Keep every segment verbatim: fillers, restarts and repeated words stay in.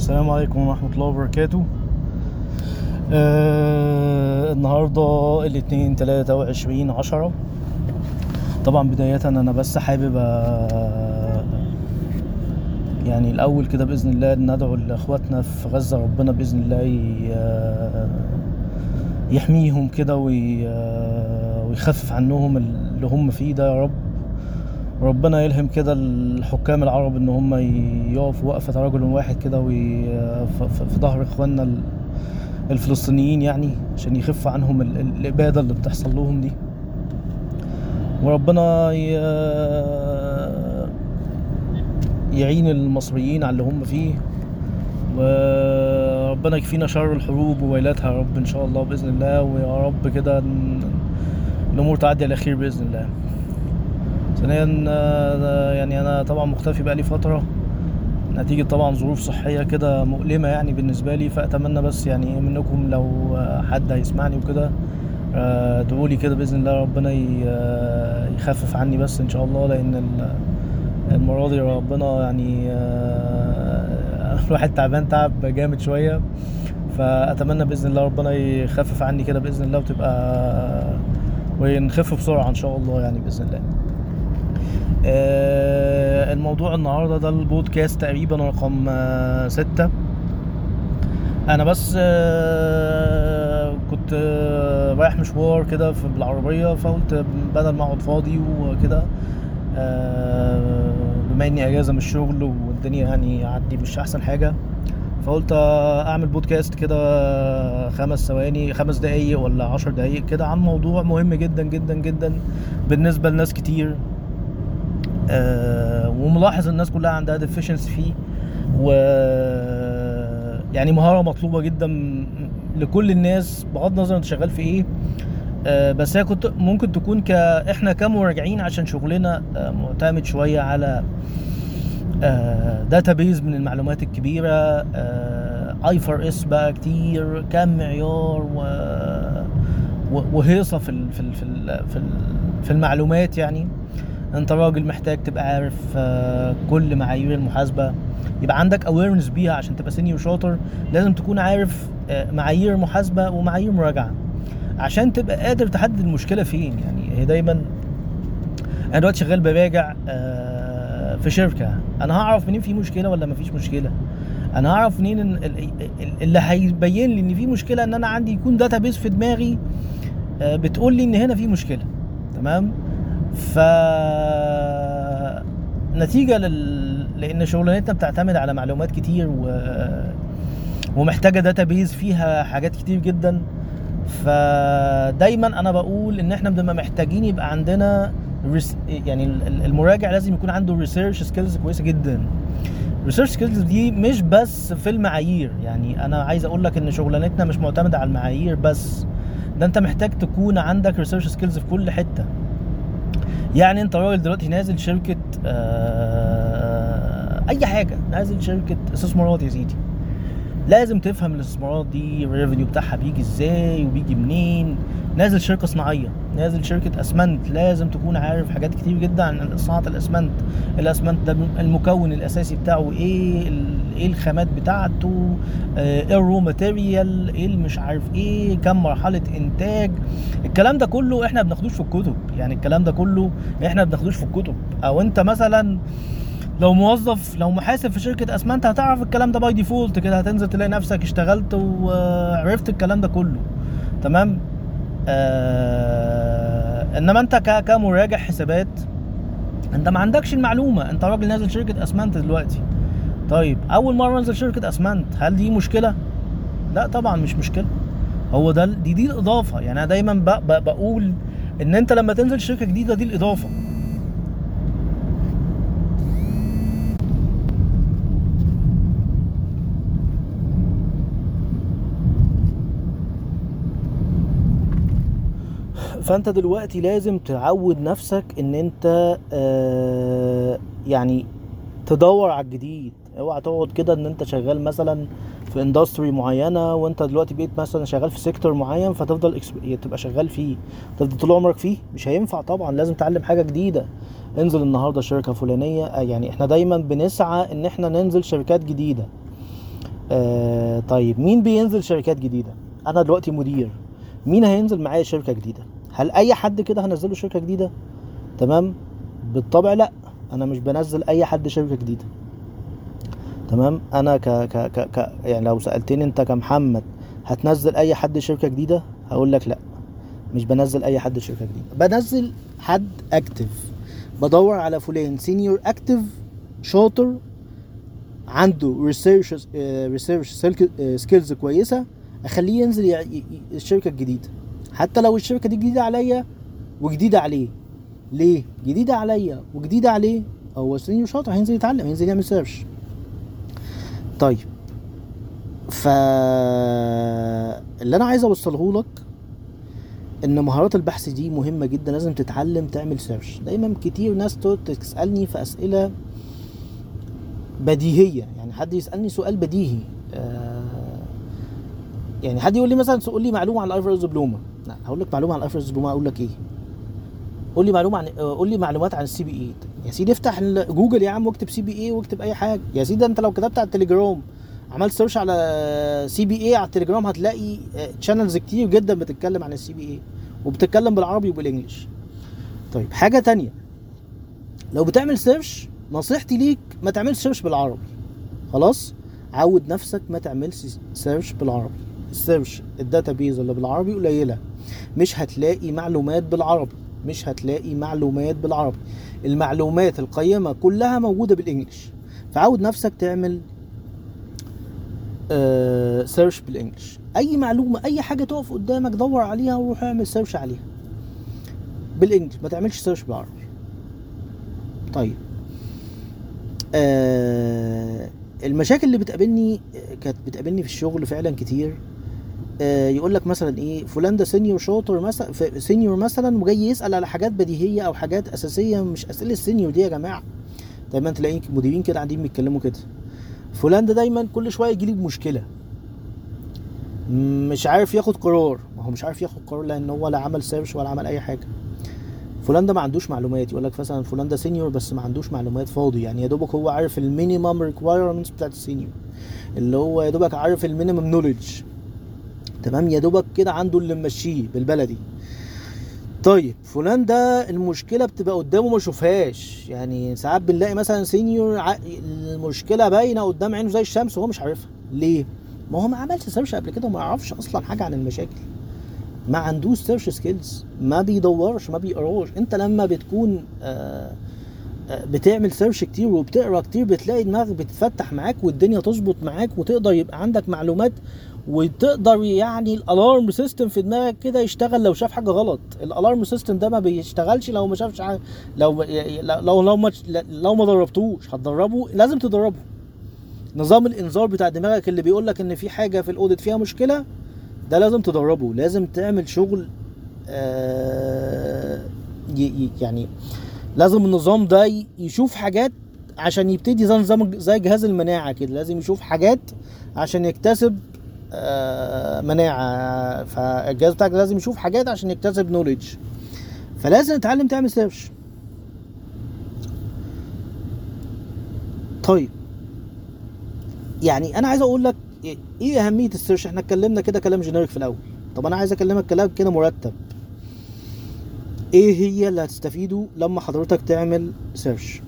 السلام عليكم ورحمة الله وبركاته. آه النهاردة الاثنين تلاتة وعشرين عشرة. طبعا بداية انا بس حابب آه يعني الاول كده باذن الله ندعو لاخواتنا في غزة، ربنا باذن الله ي- آه، يحميهم كده وي- آه، ويخفف عنهم اللي هم فيه ده يا رب. ربنا يلهم كده الحكام العرب ان هم يقفوا وقفة رجل واحد كده وي- ف- ف- في ظهر اخواننا ال- الفلسطينيين، يعني عشان يخف عنهم ال- ال- الابادة اللي بتحصل لهم دي. وربنا ي- يعين المصريين على اللي هم فيه، وربنا يكفينا شر الحروب وويلاتها يا رب ان شاء الله باذن الله. ويا رب كده ن- الامور تعدي على خير باذن الله. ثانيا آه، يعني انا طبعا مختفي بقالي فتره نتيجة طبعا ظروف صحية كده مؤلمة يعني بالنسبة لي، فأتمنى بس يعني منكم لو حد هيسمعني وكده آه، ادعولي كده بإذن الله ربنا ي- آه، يخفف عني بس إن شاء الله، لأن ال- المرة دي ربنا يعني آه، الواحد تعبان تعب جامد شوية. فأتمنى بإذن الله ربنا يخفف عني كده بإذن الله، وتبقى ونخف بسرعة إن شاء الله يعني بإذن الله. آه، الموضوع النهارده ده البودكاست تقريبا رقم آه، ستة. انا بس آه، كنت آه، رايح مشوار كده في بالعربية، فقلت بدل ما اقعد فاضي وكده آه، بما اني اجازة من الشغل والدنيا يعني عندي مش احسن حاجة، فقلت اعمل بودكاست كده خمس ثواني خمس دقايق ولا عشر دقايق كده عن موضوع مهم جدا جدا جدا بالنسبة لناس كتير. آه وملاحظ الناس كلها عندها ديفيشنسي فيه، و يعني مهارة مطلوبة جدا لكل الناس بغض النظر انت شغال في ايه. آه بس هي كنت ممكن تكون ك احنا كمراجعين عشان شغلنا آه معتمد شوية على آه داتابيز من المعلومات الكبيرة، آه اي فار اس بقى كتير كم معيار و و- وهيصة في ال... في ال... في ال... في, ال... في المعلومات يعني. انت راجل محتاج تبقى عارف آه، كل معايير المحاسبة، يبقى عندك awareness بيها عشان تبقى سينيور شاطر. لازم تكون عارف آه، معايير محاسبة ومعايير مراجعة عشان تبقى قادر تحدد المشكلة فين. يعني هي دايما انا دلوقتي شغال براجع آه، في شركة، انا هعرف منين في مشكلة ولا مفيش مشكلة؟ انا هعرف منين إن ال- ال- اللي هيبين لي ان في مشكلة ان انا عندي يكون داتابيس في دماغي آه، بتقول لي ان هنا في مشكلة. تمام. ف نتيجة لل... لان شغلانتنا بتعتمد على معلومات كتير و... ومحتاجة داتابيز فيها حاجات كتير جدا. فدايما انا بقول ان احنا بنبقى محتاجين يبقى عندنا ريس... يعني ال- المراجع لازم يكون عنده ريسيرش سكيلز كويسة جدا. الريسيرش سكيلز دي مش بس في المعايير، يعني انا عايز اقول لك ان شغلانتنا مش معتمدة على المعايير بس، ده انت محتاج تكون عندك ريسيرش سكيلز في كل حتة. يعني انت راجل دلوقتي نازل شركة آه اي حاجة، نازل شركة استثمارات يا سيدي، لازم تفهم الاستثمارات دي الريفينيو بتاعها بيجي ازاي وبيجي منين. نازل شركة صناعية، نازل شركة اسمنت، لازم تكون عارف حاجات كتير جدا عن صناعة الاسمنت. الاسمنت ده المكون الاساسي بتاعه ايه، ال- ايه الخامات بتاعته، آه، ايه الرو ماتيريال، ايه مش عارف ايه، كم مرحلة انتاج. الكلام ده كله احنا بناخدوش في الكتب، يعني الكلام ده كله احنا بناخدوش في الكتب. او انت مثلا لو موظف لو محاسب في شركة اسمنت هتعرف الكلام ده باي ديفولت كده، هتنزل تلاقي نفسك اشتغلت وعرفت الكلام ده كله. تمام. آه انما انت ك- كمراجع حسابات انت ما عندكش المعلومة، انت راجل نازل شركة اسمنت دلوقتي. طيب اول مرة انزل شركة اسمنت، هل دي مشكلة؟ لا طبعا مش مشكلة. هو ده دي دي الاضافة. يعني انا دايما ب- ب- بقول ان انت لما تنزل شركة جديدة دي الاضافة. فانت دلوقتي لازم تعود نفسك ان انت آه يعني تدور على الجديد. اوعى تقعد كده ان انت شغال مثلا في اندستري معينه وانت دلوقتي بقيت مثلا شغال في سيكتور معين فتفضل إكس- تبقى شغال فيه، تفضل طول عمرك فيه، مش هينفع طبعا. لازم تتعلم حاجه جديده. انزل النهارده شركه فلانيه، آه، يعني احنا دايما بنسعى ان احنا ننزل شركات جديده. آه طيب مين بينزل شركات جديده؟ انا دلوقتي مدير، مين هينزل معايا شركه جديده؟ هل اي حد كده هنزله شركه جديده؟ تمام، بالطبع لا، انا مش بنزل اي حد شركه جديده. تمام، انا ك ك ك, ك يعني لو سالتني انت كمحمد هتنزل اي حد شركه جديده، هقول لك لا، مش بنزل اي حد شركه جديده. بنزل حد اكتف، بدور على فلان سينيور اكتف شاطر عنده ريسيرش ريسيرش سكيلز كويسه، اخليه ينزل ي- ي- الشركه الجديده، حتى لو الشركه دي جديده عليا وجديده عليه. ليه جديده عليا وجديده عليه؟ هو سينيور شاطر، هينزل يتعلم، هينزل يعمل سيرش. طيب، ف اللي انا عايز اوصله لك ان مهارات البحث دي مهمه جدا، لازم تتعلم تعمل سيرش. دايما كتير ناس تقعد تسالني في اسئله بديهيه، يعني حد يسالني سؤال بديهي، آه يعني حد يقول لي مثلا قول لي معلومه عن الايفرز بلوما، لا هقول لك معلومه عن الايفرز بلوما، اقول لك ايه؟ قول لي معلومه عن قول لي معلومات عن السي بي اي. يا سيدي افتح جوجل يا عم واكتب سي بي اي واكتب اي حاجه. يا سيدي انت لو كتبت على التليجرام، عملت سيرش على سي بي اي على التليجرام، هتلاقي تشانلز كتير جدا بتتكلم عن السي بي اي وبتتكلم بالعربي وبالانجلش. طيب حاجه تانية، لو بتعمل سيرش نصيحتي ليك ما تعملش سيرش بالعربي، خلاص؟ عود نفسك ما تعملش سيرش بالعربي. السيرش الداتابيز اللي بالعربي قليله، مش هتلاقي معلومات بالعربي، مش هتلاقي معلومات بالعربي. المعلومات القيمة كلها موجودة بالانجلش، فعود نفسك تعمل آه سيرش بالانجلش. اي معلومة اي حاجة تقف قدامك دور عليها وروح اعمل سيرش عليها بالانجلش، ما تعملش سيرش بالعربي. طيب، آه المشاكل اللي بتقابلني كانت بتقابلني في الشغل فعلا كتير. آه يقول لك مثلا ايه، فلان ده سينيور شاطر مثلا، سينيور مثلا، وجاي يسال على حاجات بديهيه او حاجات اساسيه. مش اسئله السينيور دي يا جماعه. دايما تلاقي مديرين كده قاعدين بيتكلموا كده، فلان ده دايما كل شويه يجي لي بمشكله، مش عارف ياخد قرار. ما هو مش عارف ياخد قرار لان هو لا عمل سيرش ولا عمل اي حاجه. فلان ده ما عندوش معلومات. يقول لك مثلا فلان ده سينيور بس ما عندوش معلومات، فاضي يعني، يا دوبك هو عارف المينيمم ريكوايرمنتس بتاعت السينيور، اللي هو يا دوبك عارف المينيمم نوليدج. تمام، يا دوبك كده عنده اللي ممشيه بالبلدي. طيب فلان ده المشكله بتبقى قدامه ما شوفهاش، يعني ساعات بنلاقي مثلا سينيور ع... المشكله باينه قدام عينه زي الشمس وهو مش عارفها. ليه؟ ما هو ما عملش سيرش قبل كده وما يعرفش اصلا حاجه عن المشاكل، ما عندوش سيرش سكيلز، ما بيدورش ما بيقراش. انت لما بتكون آآ آآ بتعمل سيرش كتير وبتقرا كتير، بتلاقي دماغك بتفتح معاك والدنيا تظبط معاك، وتقدر يبقى عندك معلومات، وتقدر يعني الالارم سيستم في دماغك كده يشتغل لو شاف حاجه غلط. الالارم سيستم ده ما بيشتغلش لو ما شافش حاجه، لو لو لو ما لو ما دربتوش. هتدربه، لازم تدربه. نظام الانذار بتاع دماغك اللي بيقول لك ان في حاجه في الاوديت فيها مشكله، ده لازم تدربه. لازم تعمل شغل آه يعني لازم النظام ده يشوف حاجات عشان يبتدي، زي نظام زي جهاز المناعة كده، لازم يشوف حاجات عشان يكتسب آه مناعة. فالجهاز بتاعك لازم يشوف حاجات عشان يكتسب نوليدج. فلازم تتعلم تعمل سيرش. طيب يعني انا عايز اقول لك ايه اهمية السيرش. احنا اتكلمنا كده كلام جينيريك في الاول، طب انا عايز اكلمك كلام كده مرتب. ايه هي اللي هتستفيده لما حضرتك تعمل سيرش؟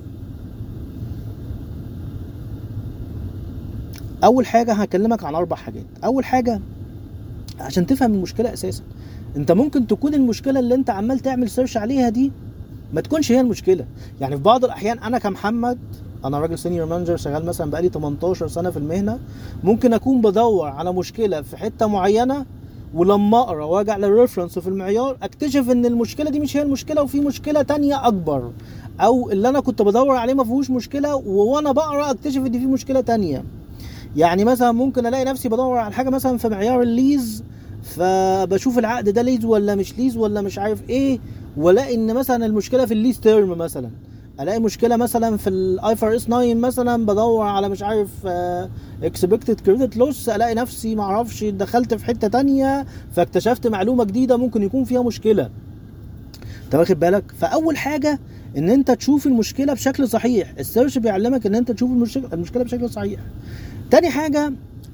اول حاجة هكلمك عن اربع حاجات. اول حاجة عشان تفهم المشكلة اساسا، انت ممكن تكون المشكلة اللي انت عمال تعمل سيرش عليها دي ما تكونش هي المشكلة. يعني في بعض الاحيان انا كمحمد، انا راجل سينيور مانجر شغال مثلا بقالي تمنتاشر سنة في المهنة، ممكن اكون بدور على مشكلة في حتة معينة، ولما اقرا واجي على الريفرنس في المعيار اكتشف ان المشكله دي مش هي المشكله وفي مشكله تانية اكبر، او اللي انا كنت بدور عليه ما فيهوش مشكله، وانا بقرا اكتشف ان في مشكله تانية. يعني مثلا ممكن الاقي نفسي بدور على حاجه مثلا في معيار الليز، فبشوف العقد ده ليز ولا مش ليز ولا مش عارف ايه، والاقي ان مثلا المشكله في الليز تيرم مثلا. الاقي مشكله مثلا في الاي ار اس تسعة مثلا، بدور على مش عارف اكسبكتد كريدت لوس، الاقي نفسي ما اعرفش دخلت في حته تانية فاكتشفت معلومه جديده ممكن يكون فيها مشكله. انت واخد بالك؟ فاول حاجه ان انت تشوف المشكله بشكل صحيح. السيرش بيعلمك ان انت تشوف المشكله بشكل صحيح. تاني حاجه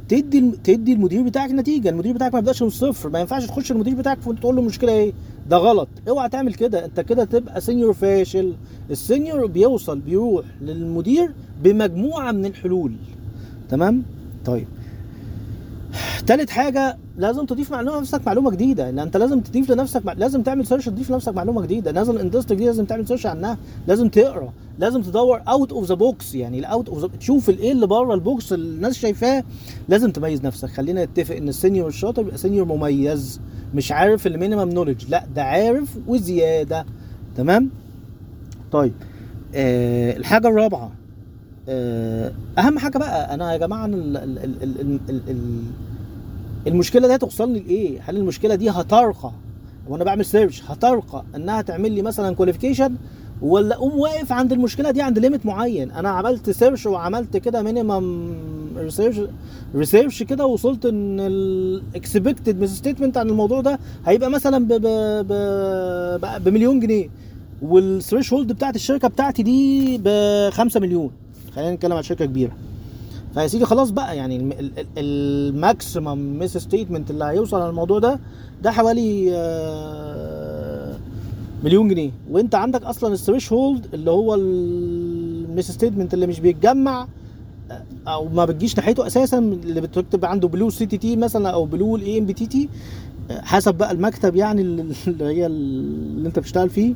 تدي تدي المدير بتاعك نتيجه. المدير بتاعك ما يبداش من الصفر، ما ينفعش تخش المدير بتاعك وانت تقول له المشكله ايه، ده غلط، اوعى تعمل كده، انت كده تبقى سينيور فاشل. السينيور بيوصل بيروح للمدير بمجموعه من الحلول. تمام. طيب تالت حاجه، لازم تضيف معلومه نفسك، معلومه جديده، ان انت لازم تضيف لنفسك، لازم تعمل سيرش تضيف لنفسك معلومه جديده، نازل اندستري جديده لازم تعمل سيرش عنها، لازم تقرا، لازم تدور اوت اوف ذا بوكس، يعني الاوت اوف تشوف الايه اللي بره البوكس اللي الناس شايفاه، لازم تميز نفسك. خلينا نتفق ان السينيور الشاطر يبقى سينيور مميز، مش عارف المينيمم نوليدج، لا ده عارف وزياده. تمام. طيب آه الحاجه الرابعه، آه اهم حاجه بقى، انا يا جماعه ال ال ال ال ال ال المشكله دي هتوصلني لايه؟ هل المشكله دي هترقى وانا بعمل سيرش هترقى انها تعمل لي مثلا كواليفيكيشن، ولا اقوم واقف عند المشكله دي عند ليميت معين؟ انا عملت سيرش وعملت كده مينيمم ريسيرش ريسيرش كده، وصلت ان الاكسبكتد ستيتمنت عن الموضوع ده هيبقى مثلا ب ب ب بمليون جنيه، والثريش هولد بتاعت الشركه بتاعتي دي ب خمسة مليون، خلينا نتكلم عن شركه كبيره. فيا سيدي خلاص بقى، يعني الماكسيمم ميس ستيتمنت اللي هيوصل على الموضوع ده ده حوالي مليون جنيه، وانت عندك اصلا الثريش هولد اللي هو الميس ستيتمنت اللي مش بيتجمع او ما بتجيش ناحيته اساسا، اللي بتكتب عنده بلو سي تي تي مثلا او بلو الاي ام بي تي تي حسب بقى المكتب يعني اللي هي اللي انت بتشتغل فيه.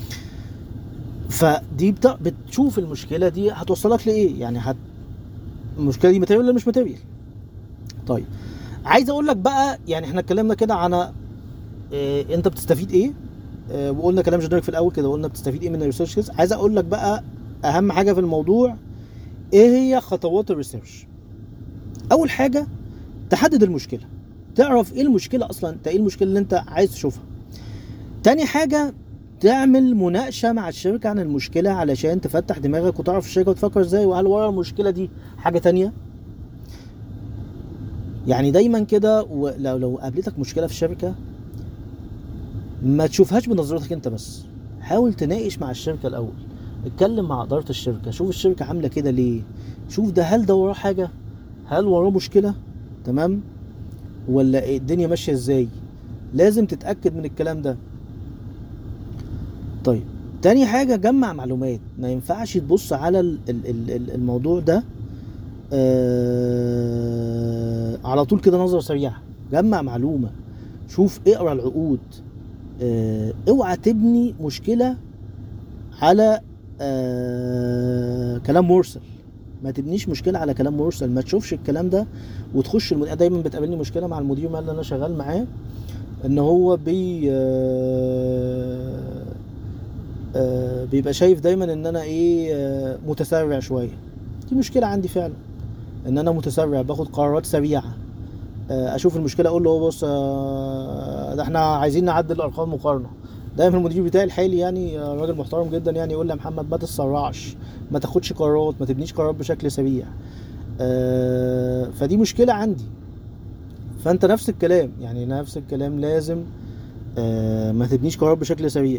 فدي بتشوف المشكله دي هتوصلك لايه، يعني هت المشكله دي ماتيريال ولا مش ماتيريال. طيب عايز اقول لك بقى، يعني احنا اتكلمنا كده عن إيه انت بتستفيد ايه، إيه وقلنا كلام جنريك في الاول كده، وقلنا بتستفيد ايه من الريسيرش كيس. عايز اقول لك بقى اهم حاجه في الموضوع، ايه هي خطوات الريسيرش. اول حاجه تحدد المشكله، تعرف ايه المشكله اصلا، انت ايه المشكله اللي انت عايز تشوفها. تاني حاجه تعمل مناقشه مع الشركه عن المشكله علشان تفتح دماغك وتعرف الشركه بتفكر ازاي، وهل ورا المشكله دي حاجه تانية. يعني دايما كده لو لو قابلتك مشكله في الشركه ما تشوفهاش بنظرتك انت بس، حاول تناقش مع الشركه الاول، اتكلم مع اداره الشركه، شوف الشركه عامله كده ليه، شوف ده هل ده وراه حاجه، هل وراه مشكله، تمام، ولا ايه الدنيا ماشيه ازاي. لازم تتاكد من الكلام ده. طيب تاني حاجه جمع معلومات، ما ينفعش تبص على الموضوع ده آه على طول كده نظرة سريعة، جمع معلومة، شوف اقرا العقود، آه اوعى تبني مشكلة على آه كلام مرسل، ما تبنيش مشكلة على كلام مرسل، ما تشوفش الكلام ده وتخش المدير. دايما بتقابلني مشكلة مع المدير اللي انا شغال معاه، ان هو بي آه آه بيبقى شايف دايما ان انا ايه آه متسرع شوية. دي مشكلة عندي فعلا، ان انا متسرع، باخد قرارات سريعه، اشوف المشكله اقول له بص ده احنا عايزين نعدل الارقام مقارنه. دايما المدير بتاعي الحالي يعني راجل محترم جدا، يعني يقول لي يا محمد ما تتسرعش، ما تاخدش قرارات، ما تبنيش قرارات بشكل سريع. فدي مشكله عندي. فانت نفس الكلام، يعني نفس الكلام، لازم ما تبنيش قرارات بشكل سريع.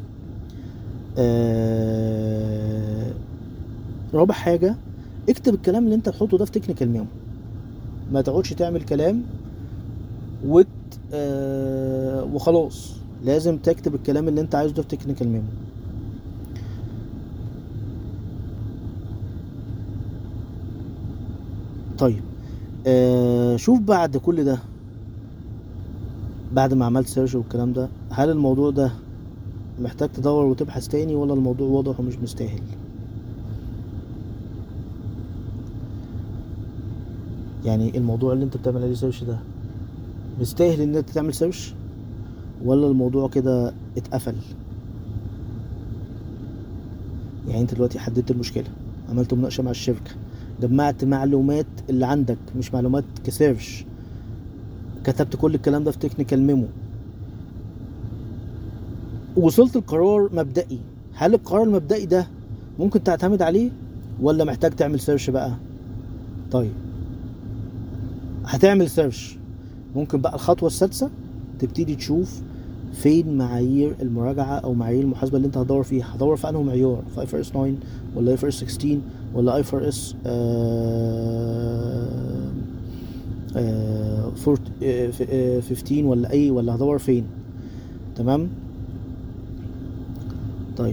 رابع حاجه، اكتب الكلام اللي انت تحطه ده في تكنيكال ميمو، ما تقعدش تعمل كلام وت آه وخلاص، لازم تكتب الكلام اللي انت عايزه ده في تكنيكال ميمو. طيب آه شوف بعد كل ده، بعد ما عملت سيرش والكلام ده، هل الموضوع ده محتاج تدور وتبحث تاني، ولا الموضوع واضح ومش مستاهل؟ يعني الموضوع اللي انت بتعمل عليه سيرش ده مستاهل ان انت تعمل سيرش، ولا الموضوع كده اتقفل؟ يعني انت دلوقتي حددت المشكله، عملت مناقشه مع الشركه، جمعت معلومات اللي عندك، مش معلومات كسيرش، كتبت كل الكلام ده في تكنيكال ميمو، وصلت لقرار مبدئي. هل القرار المبدئي ده ممكن تعتمد عليه، ولا محتاج تعمل سيرش بقى؟ طيب هتعمل سيرش، ممكن بقى الخطوه السادسه تبتدي تشوف فين معايير المراجعه او معايير المحاسبه اللي انت هتدور فيها. هدور في انه معيار، في اي ار اس تسعة ولا اي ار اس ستة عشر ولا اي ار اس آه فورت آه خمستاشر ولا اي، ولا هدور فين؟ تمام. طيب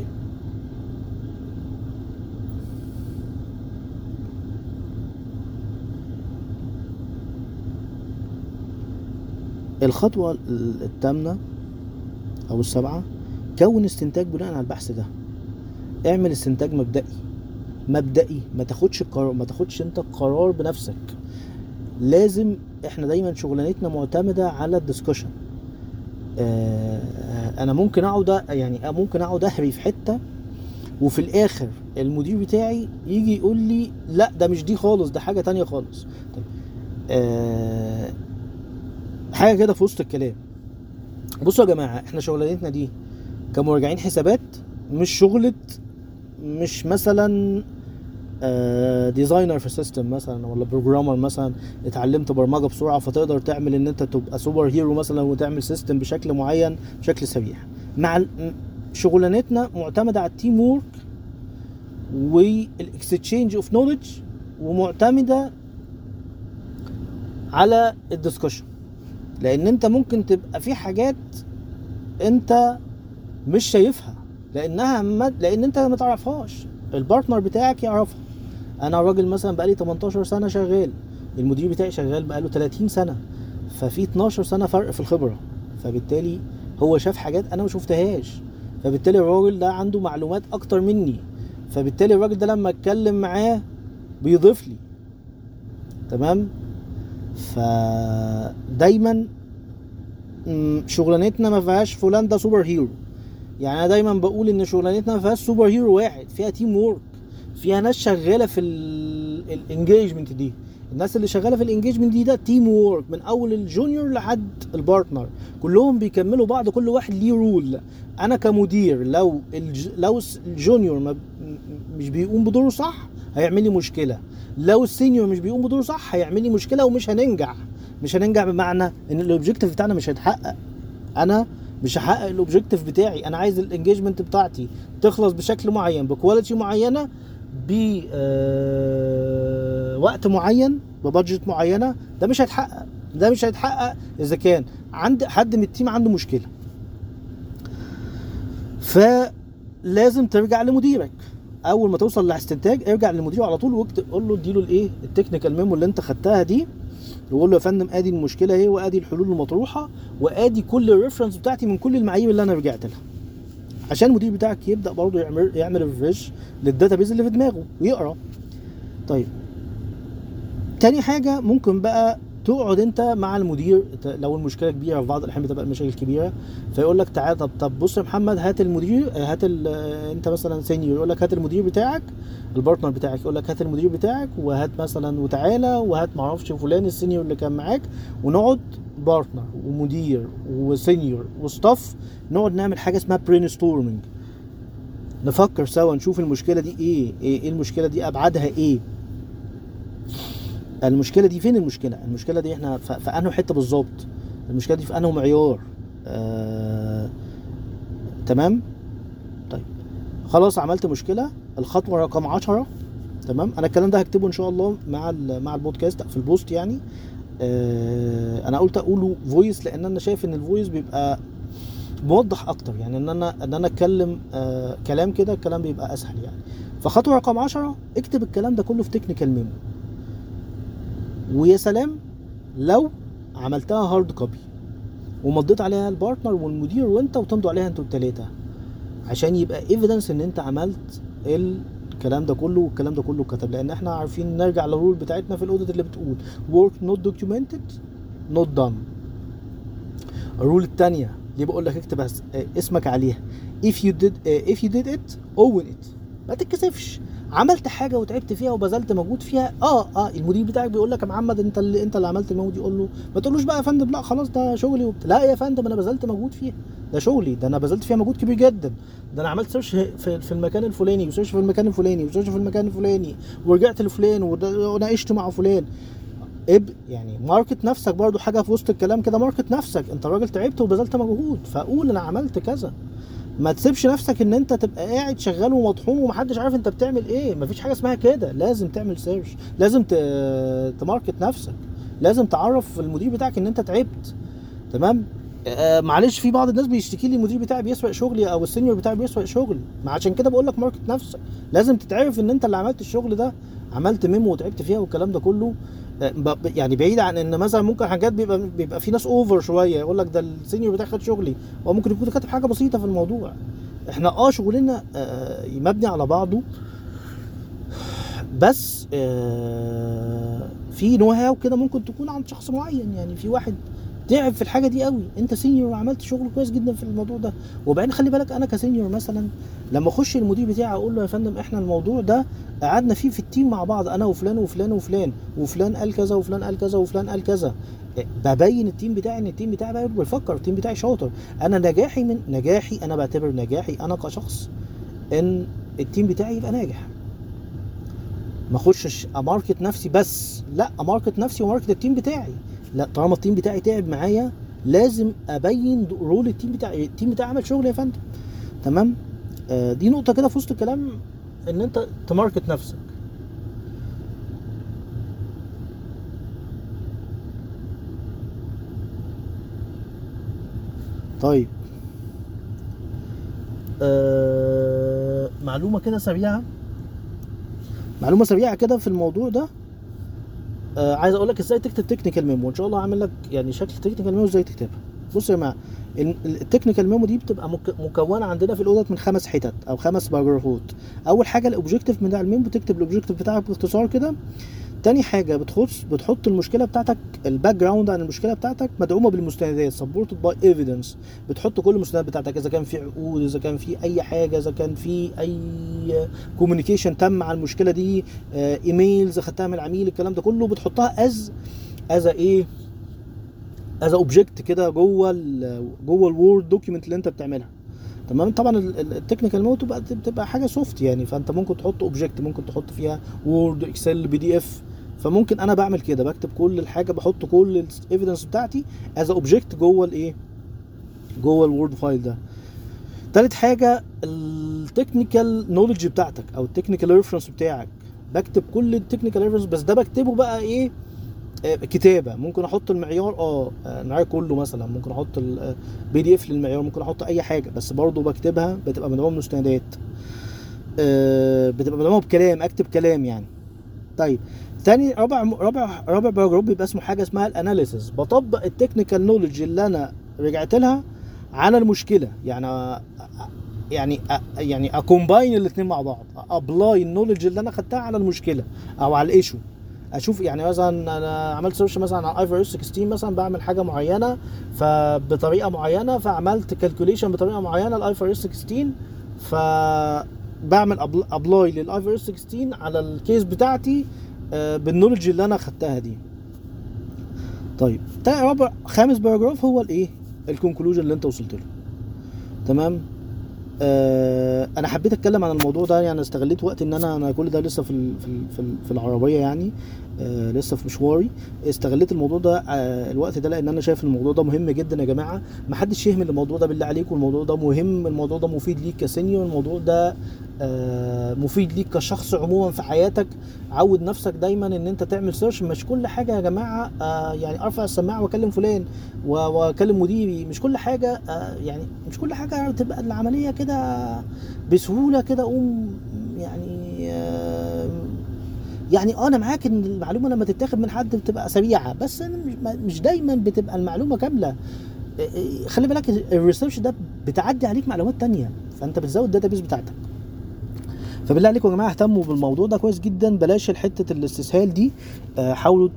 الخطوة الثامنة او السابعة، كون استنتاج بناء على البحث ده. اعمل استنتاج مبدئي مبدئي ما تاخدش القرار، ما تاخدش انت القرار بنفسك. لازم، احنا دايما شغلانتنا معتمدة على الدسكشن. آه انا ممكن اقعد يعني ممكن اقعد اهري في حتة، وفي الاخر المدير بتاعي يجي يقول لي لا ده مش دي خالص، ده حاجة تانية خالص. طيب آه حاجة كده في وسط الكلام. بصوا يا جماعة، احنا شغلانتنا دي كمراجعين حسابات مش شغلة، مش مثلا ديزاينر في سيستم مثلا، ولا بروجرامر مثلا اتعلمت برمجه بسرعه فتقدر تعمل ان انت تبقى سوبر هيرو مثلا وتعمل سيستم بشكل معين بشكل سريع. مع شغلانتنا معتمده على التيم وورك والاكستشينج اوف نوليدج، ومعتمده على الدسكشن. لان انت ممكن تبقى في حاجات انت مش شايفها لانها مد... لان انت ما تعرفهاش، البارتنر بتاعك يعرفها. انا راجل مثلا بقالي تمنتاشر سنه شغال، المدير بتاعي شغال بقاله تلاتين سنه، ففي اتناشر سنه فرق في الخبره، فبالتالي هو شاف حاجات انا ما شفتهاش، فبالتالي الراجل ده عنده معلومات اكتر مني، فبالتالي الراجل ده لما اتكلم معاه بيضيف لي. تمام. فدايما شغلانتنا ما فيهاش فلان ده سوبر هيرو. يعني انا دايما بقول ان شغلانتنا ما فيهاش سوبر هيرو واحد، فيها تيم وورك، فيها ناس شغاله في الانجيجمنت دي. الناس اللي شغاله في الانجيجمنت دي ده تيم وورك من اول الجونيور لحد البارتنر، كلهم بيكملوا بعض، كل واحد ليه رول. انا كمدير لو الج... لو الجونيور ما... مش بيقوم بدوره صح هيعمل لي مشكله، لو السينيور مش بيقوم بدوره صح هيعمل لي مشكله، ومش هننجح. مش هننجح بمعنى ان الاوبجيكتيف بتاعنا مش هيتحقق. انا مش هحقق الاوبجيكتيف بتاعي، انا عايز الانجيجمنت بتاعتي تخلص بشكل معين بكواليتي معينه بوقت معين ببادجت معينه. ده مش هيتحقق، ده مش هيتحقق اذا كان عند حد من التيم عنده مشكله. فلازم ترجع لمديرك اول ما توصل لاستنتاج، ارجع للمدير على طول واكتب، قول له اديله الايه التكنيكال ميمو اللي انت خدتها دي، وقول له يا فندم ادي المشكله اهي، وادي الحلول المطروحه، وادي كل الريفرنس بتاعتي من كل المعايير اللي انا رجعت لها، عشان المدير بتاعك يبدا برضه يعمل يعمل ريفريش للداتابيز اللي في دماغه ويقرا. طيب تاني حاجه، ممكن بقى تقعد انت مع المدير لو المشكله كبيره، في بعض الاحيان بتبقى المشاكل كبيره، فيقول لك تعالى طب طب بص يا محمد، هات المدير، هات انت مثلا سينيور، يقول لك هات المدير بتاعك، البارتنر بتاعك يقول لك هات المدير بتاعك وهات مثلا وتعالى وهات معرفش فلان السينيور اللي كان معاك، ونقعد بارتنر ومدير وسينيور وستاف نقعد نعمل حاجه اسمها برين ستورمنج، نفكر سوا نشوف المشكله دي ايه، ايه المشكله دي، ابعادها ايه، المشكله دي فين، المشكله المشكله دي احنا في انه حته بالظبط، المشكله دي في انه معيار. آه... تمام. طيب خلاص عملت مشكله. الخطوه رقم عشرة، تمام، انا الكلام ده هكتبه ان شاء الله مع مع البودكاست في البوست يعني. آه... انا قلت اقوله فويس لان انا شايف ان الفويس بيبقى موضح اكتر، يعني ان انا ان انا اتكلم آه... كلام كده، الكلام بيبقى اسهل يعني. فخطوه رقم عشرة، اكتب الكلام ده كله في تكنيكال ميمو، ويا سلام لو عملتها هارد كوبي ومضيت عليها البارتنر والمدير وانت وتمضوا عليها انتوا التلاتة، عشان يبقى ايفيدنس ان انت عملت الكلام ده كله، والكلام ده كله كتب. لان احنا عارفين نرجع للرول بتاعتنا في الاوديت اللي بتقول work not documented not done. الرول التانية دي بقول لك اكتب اسمك عليها، if you did if you did it own it، ما تتكسفش. عملت حاجه وتعبت فيها وبذلت مجهود فيها، اه اه المدير بتاعك بيقول لك يا محمد انت اللي انت اللي عملت المجهود، يقول له ما تقولوش بقى يا فندم لا خلاص ده شغلي وبت... لا يا فندم انا بذلت مجهود فيها، ده شغلي، ده انا بذلت فيها مجهود كبير جدا، ده انا عملت سيرش في, في المكان الفلاني، وسيرش في المكان الفلاني، وسيرش في المكان الفلاني، ورجعت لفلان وناقشت مع فلان. اب يعني ماركت نفسك برضو، حاجه في وسط الكلام كده، ماركت نفسك، انت راجل تعبت وبذلت مجهود، فاقول انا عملت كذا. ما تسيبش نفسك ان انت تبقى قاعد شغال ومطحون ومحدش عارف انت بتعمل ايه، مفيش حاجه اسمها كده، لازم تعمل سيرش، لازم تماركت نفسك، لازم تعرف المدير بتاعك ان انت تعبت. تمام. آه معلش، في بعض الناس بيشتكي لي المدير بتاعي بيسرق شغلي او السينيور بتاعي بيسرق شغلي، ما عشان كده بقول لك ماركت نفسك. لازم تتعرف ان انت اللي عملت الشغل ده، عملت ميمو وتعبت فيها والكلام ده كله. آه يعني بعيد عن ان مثلا ممكن حاجات بيبقى بيبقى في ناس اوفر شويه يقول لك ده السينيور بتاعي خد شغلي، هو ممكن يكون كاتب حاجه بسيطه في الموضوع. احنا اه شغلنا آه مبني على بعضه، بس آه في نو هاو كده ممكن تكون عند شخص معين. يعني في واحد تعب في الحاجه دي قوي، انت سينيور وعملت شغل كويس جدا في الموضوع ده. وبعدين خلي بالك انا كسينيور مثلا لما اخش المدير بتاعي اقول له يا فندم احنا الموضوع ده قعدنا فيه في التيم مع بعض انا وفلان وفلان وفلان وفلان قال كذا وفلان قال كذا وفلان قال كذا، ببين التيم بتاعي ان التيم بتاعي بقى بيفكر، التيم بتاعي شاطر. انا نجاحي من نجاحي انا بعتبر نجاحي انا كشخص ان التيم بتاعي يبقى ناجح. ما اخشش اماركت نفسي بس، لا اماركت نفسي وماركت التيم بتاعي. لا، طالما التيم بتاعي تعب معايا لازم ابين رول التيم بتاعي، التيم بتاعي عمل شغل يا فندم. تمام. آه دي نقطه كده في وسط الكلام، ان انت تماركت نفسك. طيب آه معلومه كده سريعه معلومه سريعه كده في الموضوع ده. آه عايز اقول لك ازاي تكتب تكنيكال ميمو، وان شاء الله هعمل لك يعني شكل تكنيكال ميمو ازاي تكتبها. بص يا جماعه، التكنيكال ميمو دي بتبقى مكونه عندنا في الاوضه من خمس حتت او خمس باراجرافات. اول حاجه الاوبجيكتيف بتاع الميمو، بتكتب الاوبجيكتيف بتاعك باختصار كده. تاني حاجه بتخص بتحط المشكله بتاعتك، الباك جراوند عن المشكله بتاعتك مدعومه بالمستندات، سبورتد باي ايفيدنس. بتحط كل المستندات بتاعتك، اذا كان في عقود، اذا كان في اي حاجه، اذا كان في اي كوميونيكيشن تم على المشكله دي، ايميلز اخدتها من العميل، الكلام ده كله بتحطها از از ايه از اوبجكت كده جوه ال جوه الوورد دوكيمنت اللي انت بتعملها. تمام. طبعا التكنيكال ميمو تبقى بتبقى حاجه سوفت يعني، فانت ممكن تحط اوبجكت، ممكن تحط فيها وورد، اكسل، بي دي اف. فممكن انا بعمل كده، بكتب كل الحاجه، بحط كل الايفيدنس بتاعتي از اوبجكت جوه الايه جوه الوورد فايل ده. تالت حاجه التكنيكال نوليدج بتاعتك او التكنيكال ريفرنس بتاعك، بكتب كل التكنيكال ريفرنس، بس ده بكتبه بقى ايه كتابه. ممكن احط المعيار اه المعيار كله مثلا، ممكن احط البي دي اف للمعيار، ممكن احط اي حاجه، بس برضو بكتبها بتبقى مدعومه بمستندات، أه بتبقى مدعومه بكلام، اكتب كلام يعني. طيب تاني رابع رابع رابع باراجراف بيبقى اسمه حاجه اسمها الاناليسيس. بطبق التكنيكال نوليدج اللي انا رجعت لها على المشكله، يعني يعني يعني اكومباين الاثنين مع بعض، ابلاي النوليدج اللي انا خدتها على المشكله او على الايشو. اشوف يعني مثلا انا عملت سيرش مثلا على اي في اس ستاشر مثلا، بعمل حاجه معينه فبطريقه معينه، فعملت كالكوليشن بطريقه معينه الاي في اس ستاشر، فبعمل ابلاي للاي في اس ستاشر على الكيس بتاعتي بالنولج اللي انا خدتها دي. طيب تاني رابع خامس باراجراف هو الايه الكونكلوجن اللي انت وصلت له. تمام. آه انا حبيت اتكلم عن الموضوع ده، يعني استغليت وقت ان انا انا كل ده لسه في ال في ال في, ال في العربيه يعني، آه لسه في مشواري. استغليت الموضوع ده آه الوقت ده لان انا شايف الموضوع ده مهم جدا يا جماعه. ما حدش يهمل الموضوع ده بالله عليكم، الموضوع ده مهم، الموضوع ده مفيد ليك كسينيور، الموضوع ده آه مفيد ليك كشخص عموما في حياتك. عود نفسك دايما ان انت تعمل سيرش. مش كل حاجه يا جماعه آه يعني ارفع السماعه واكلم فلان واكلم مديري، مش كل حاجه آه يعني مش كل حاجه تبقى العمليه كده بسهوله كده اقوم يعني آه يعني اه انا معاك ان المعلومه لما تتاخد من حد بتبقى سريعه، بس مش دايما بتبقى المعلومه كامله. خلي بالك الريسيرش ده بتعدي عليك معلومات تانية، فانت بتزود الداتابيس بتاعتك. فبالله عليكم يا جماعه اهتموا بالموضوع ده كويس جدا، بلاش حته الاستسهال دي. حاولوا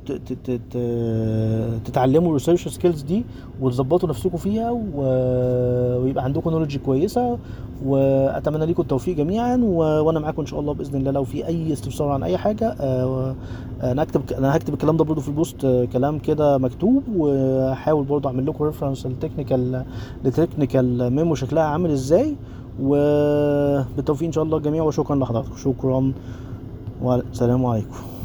تتعلموا الريسيرش سكيلز دي وتظبطوا نفسكم فيها ويبقى عندكم نوليدج كويسه. واتمنى لكم التوفيق جميعا، وانا معاكم ان شاء الله باذن الله. لو في اي استفسار عن اي حاجه انا هكتب انا هكتب الكلام ده برضو في البوست، كلام كده مكتوب، وهحاول برضو اعمل لكم ريفرنس للتكنيكال للتكنيكال ميمو شكلها عامل ازاي. وبالتوفيق ان شاء الله الجميع، وشكرا لحضراتكم، شكرا والسلام عليكم.